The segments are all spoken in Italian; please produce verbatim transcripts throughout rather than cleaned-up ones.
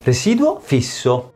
Residuo fisso.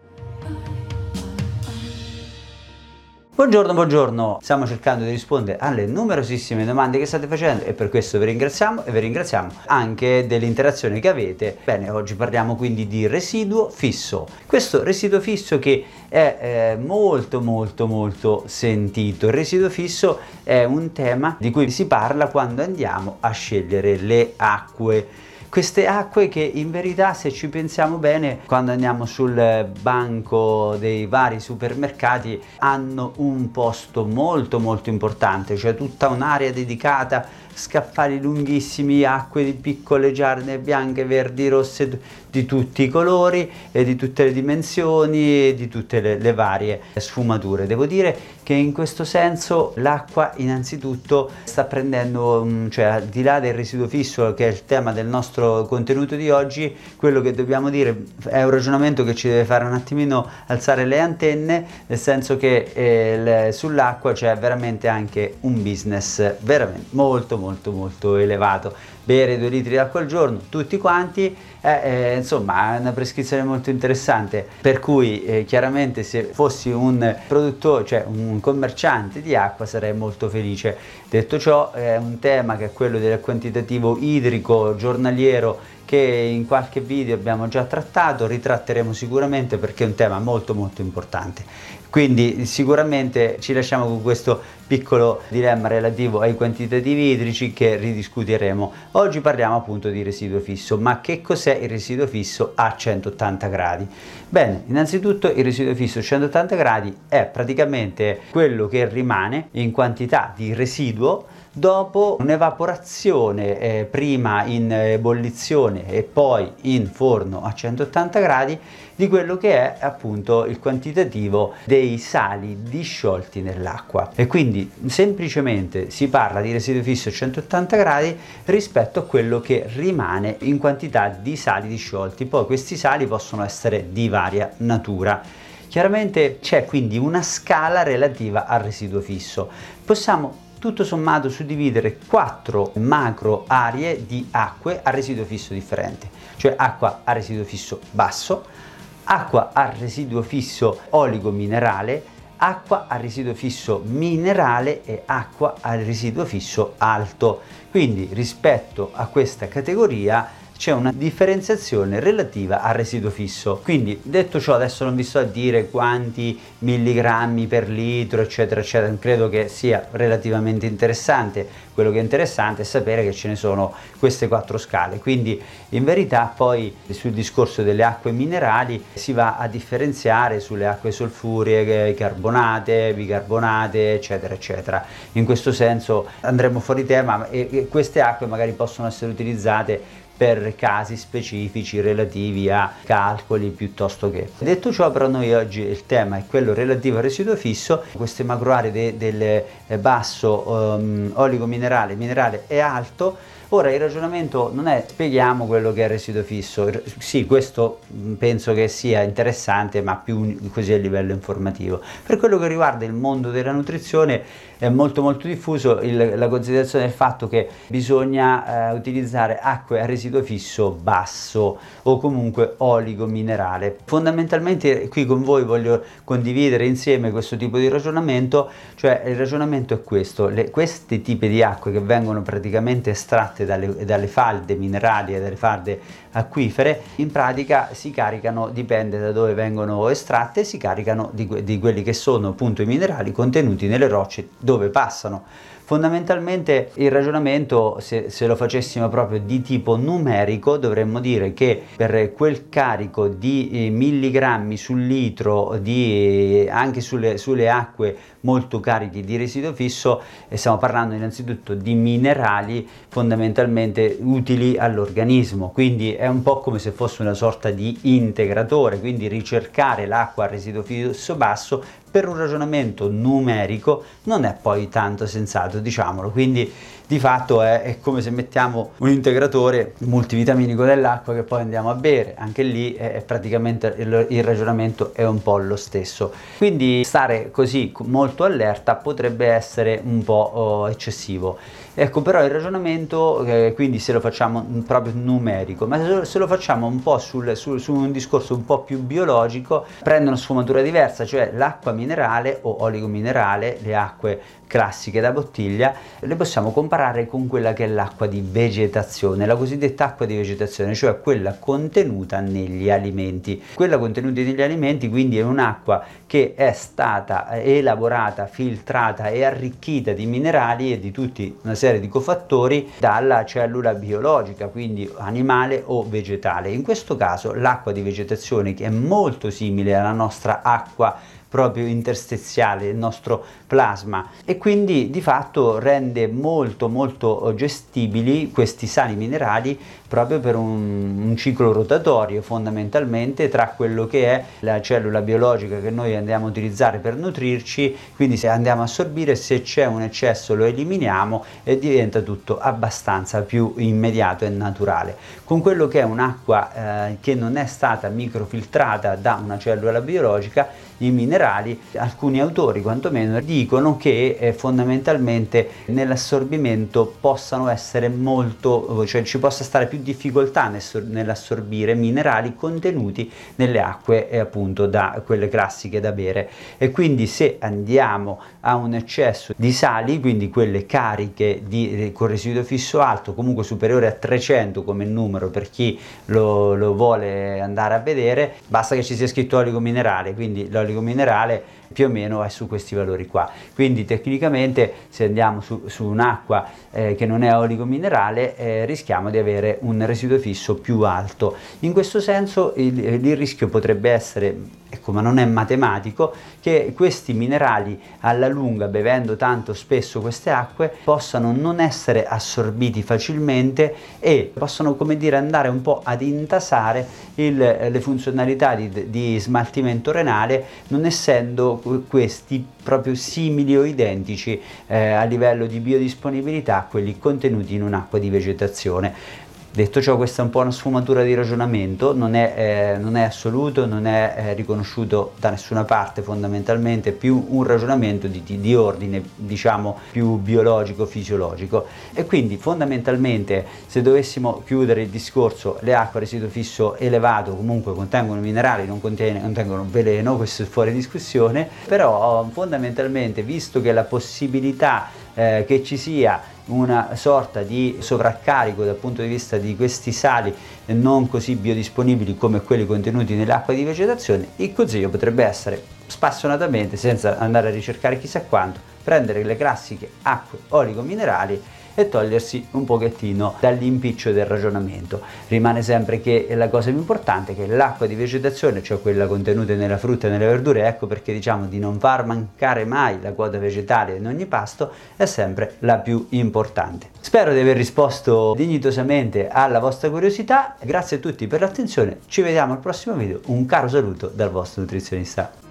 Buongiorno, buongiorno, stiamo cercando di rispondere alle numerosissime domande che state facendo e per questo vi ringraziamo e vi ringraziamo anche dell'interazione che avete. Bene, oggi parliamo quindi di residuo fisso. Questo residuo fisso che è eh, molto molto molto sentito. Il residuo fisso è un tema di cui si parla quando andiamo a scegliere le acque. Queste acque che in verità, se ci pensiamo bene, quando andiamo sul banco dei vari supermercati hanno un posto molto molto importante, cioè tutta un'area dedicata, scaffali lunghissimi, acque di piccole giarne bianche, verdi, rosse, di tutti i colori e di tutte le dimensioni e di tutte le, le varie sfumature. Devo dire che in questo senso l'acqua innanzitutto sta prendendo, cioè al di là del residuo fisso che è il tema del nostro contenuto di oggi, quello che dobbiamo dire è un ragionamento che ci deve fare un attimino alzare le antenne, nel senso che eh, le, sull'acqua c'è veramente anche un business veramente molto molto molto elevato. Bere due litri d'acqua al giorno tutti quanti è eh, insomma una prescrizione molto interessante, per cui eh, chiaramente se fossi un produttore, cioè un commerciante di acqua, sarei molto felice. Detto ciò, è un tema che è quello del quantitativo idrico giornaliero che in qualche video abbiamo già trattato, ritratteremo sicuramente perché è un tema molto molto importante. Quindi sicuramente ci lasciamo con questo piccolo dilemma relativo ai quantitativi idrici che ridiscuteremo. Oggi parliamo appunto di residuo fisso. Ma che cos'è il residuo fisso a centottanta gradi? Bene, innanzitutto il residuo fisso a centottanta gradi è praticamente quello che rimane in quantità di residuo dopo un'evaporazione eh, prima in ebollizione e poi in forno a centottanta gradi di quello che è appunto il quantitativo dei sali disciolti nell'acqua. E quindi semplicemente si parla di residuo fisso a centottanta gradi rispetto a quello che rimane in quantità di sali disciolti. Poi questi sali possono essere di varia natura. Chiaramente c'è quindi una scala relativa al residuo fisso. Possiamo tutto sommato suddividere quattro macro aree di acque a residuo fisso differente, cioè acqua a residuo fisso basso, acqua a residuo fisso oligominerale, acqua a residuo fisso minerale e acqua a residuo fisso alto. Quindi rispetto a questa categoria c'è una differenziazione relativa al residuo fisso. Quindi detto ciò, adesso non vi sto a dire quanti milligrammi per litro eccetera eccetera, credo che sia relativamente interessante. Quello che è interessante è sapere che ce ne sono queste quattro scale. Quindi in verità poi sul discorso delle acque minerali si va a differenziare sulle acque solfuree, carbonate, bicarbonate eccetera eccetera. In questo senso andremo fuori tema e, e queste acque magari possono essere utilizzate per casi specifici relativi a calcoli piuttosto che. Detto ciò, però, noi oggi il tema è quello relativo al residuo fisso, queste macro aree de, del basso um, oligominerale, minerale e alto. Ora il ragionamento non è spieghiamo quello che è il residuo fisso, sì, questo penso che sia interessante, ma più così a livello informativo. Per quello che riguarda il mondo della nutrizione è molto molto diffuso il, la considerazione del fatto che bisogna eh, utilizzare acque a residuo fisso basso o comunque oligominerale. Fondamentalmente qui con voi voglio condividere insieme questo tipo di ragionamento, cioè il ragionamento è questo: le, questi tipi di acque che vengono praticamente estratte Dalle, dalle falde minerali e dalle falde acquifere, in pratica si caricano, dipende da dove vengono estratte, si caricano di, di quelli che sono appunto i minerali contenuti nelle rocce dove passano. Fondamentalmente il ragionamento, se, se lo facessimo proprio di tipo numerico, dovremmo dire che per quel carico di eh, milligrammi sul litro di, eh, anche sulle, sulle acque molto carichi di residuo fisso, eh, stiamo parlando innanzitutto di minerali fondamentalmente utili all'organismo, quindi è un po' come se fosse una sorta di integratore, quindi ricercare l'acqua a residuo fisso basso per un ragionamento numerico non è poi tanto sensato, diciamolo. Quindi di fatto è, è come se mettiamo un integratore multivitaminico nell'acqua che poi andiamo a bere, anche lì è, è praticamente il, il ragionamento è un po' lo stesso. Quindi stare così molto allerta potrebbe essere un po' oh, eccessivo. Ecco, però il ragionamento, eh, quindi se lo facciamo proprio numerico, ma se, se lo facciamo un po' sul, sul, su un discorso un po' più biologico, prende una sfumatura diversa, cioè l'acqua minerale o oligominerale, le acque classiche da bottiglia, le possiamo comparare con quella che è l'acqua di vegetazione, la cosiddetta acqua di vegetazione, cioè quella contenuta negli alimenti. Quella contenuta negli alimenti quindi è un'acqua che è stata elaborata, filtrata e arricchita di minerali e di tutti una serie di cofattori dalla cellula biologica, quindi animale o vegetale. In questo caso l'acqua di vegetazione, che è molto simile alla nostra acqua proprio interstiziale, il nostro plasma, e quindi di fatto rende molto molto gestibili questi sali minerali proprio per un, un ciclo rotatorio fondamentalmente tra quello che è la cellula biologica che noi andiamo a utilizzare per nutrirci, quindi se andiamo a assorbire, se c'è un eccesso lo eliminiamo e diventa tutto abbastanza più immediato e naturale. Con quello che è un'acqua eh, che non è stata microfiltrata da una cellula biologica, i minerali, alcuni autori quantomeno dicono che eh, fondamentalmente nell'assorbimento possano essere molto, cioè ci possa stare più difficoltà nell'assorbire minerali contenuti nelle acque eh, appunto da quelle classiche da bere, e quindi se andiamo a un eccesso di sali, quindi quelle cariche di, con residuo fisso alto, comunque superiore a trecento come numero per chi lo, lo vuole andare a vedere, basta che ci sia scritto oligominerale, quindi l'oligominerale minerale più o meno è su questi valori qua. Quindi tecnicamente se andiamo su, su un'acqua eh, che non è oligominerale eh, rischiamo di avere un residuo fisso più alto. In questo senso il, il rischio potrebbe essere, ecco, ma non è matematico, che questi minerali alla lunga, bevendo tanto spesso queste acque, possano non essere assorbiti facilmente e possano, come dire, andare un po' ad intasare il, le funzionalità di, di smaltimento renale, non essendo questi proprio simili o identici eh, a livello di biodisponibilità a quelli contenuti in un'acqua di vegetazione. Detto ciò, questa è un po' una sfumatura di ragionamento, non è, eh, non è assoluto, non è eh, riconosciuto da nessuna parte, fondamentalmente più un ragionamento di, di, di ordine, diciamo, più biologico, fisiologico. E quindi fondamentalmente, se dovessimo chiudere il discorso, le acque a residuo fisso elevato comunque contengono minerali, non contiene, contengono veleno, questo è fuori discussione, però fondamentalmente, visto che la possibilità eh, che ci sia una sorta di sovraccarico dal punto di vista di questi sali non così biodisponibili come quelli contenuti nell'acqua di vegetazione, il consiglio potrebbe essere spassionatamente, senza andare a ricercare chissà quanto, prendere le classiche acque oligominerali e togliersi un pochettino dall'impiccio del ragionamento. Rimane sempre che la cosa più importante è che l'acqua di vegetazione, cioè quella contenuta nella frutta e nelle verdure, ecco perché diciamo di non far mancare mai la quota vegetale in ogni pasto, è sempre la più importante. Spero di aver risposto dignitosamente alla vostra curiosità, grazie a tutti per l'attenzione, ci vediamo al prossimo video, un caro saluto dal vostro nutrizionista.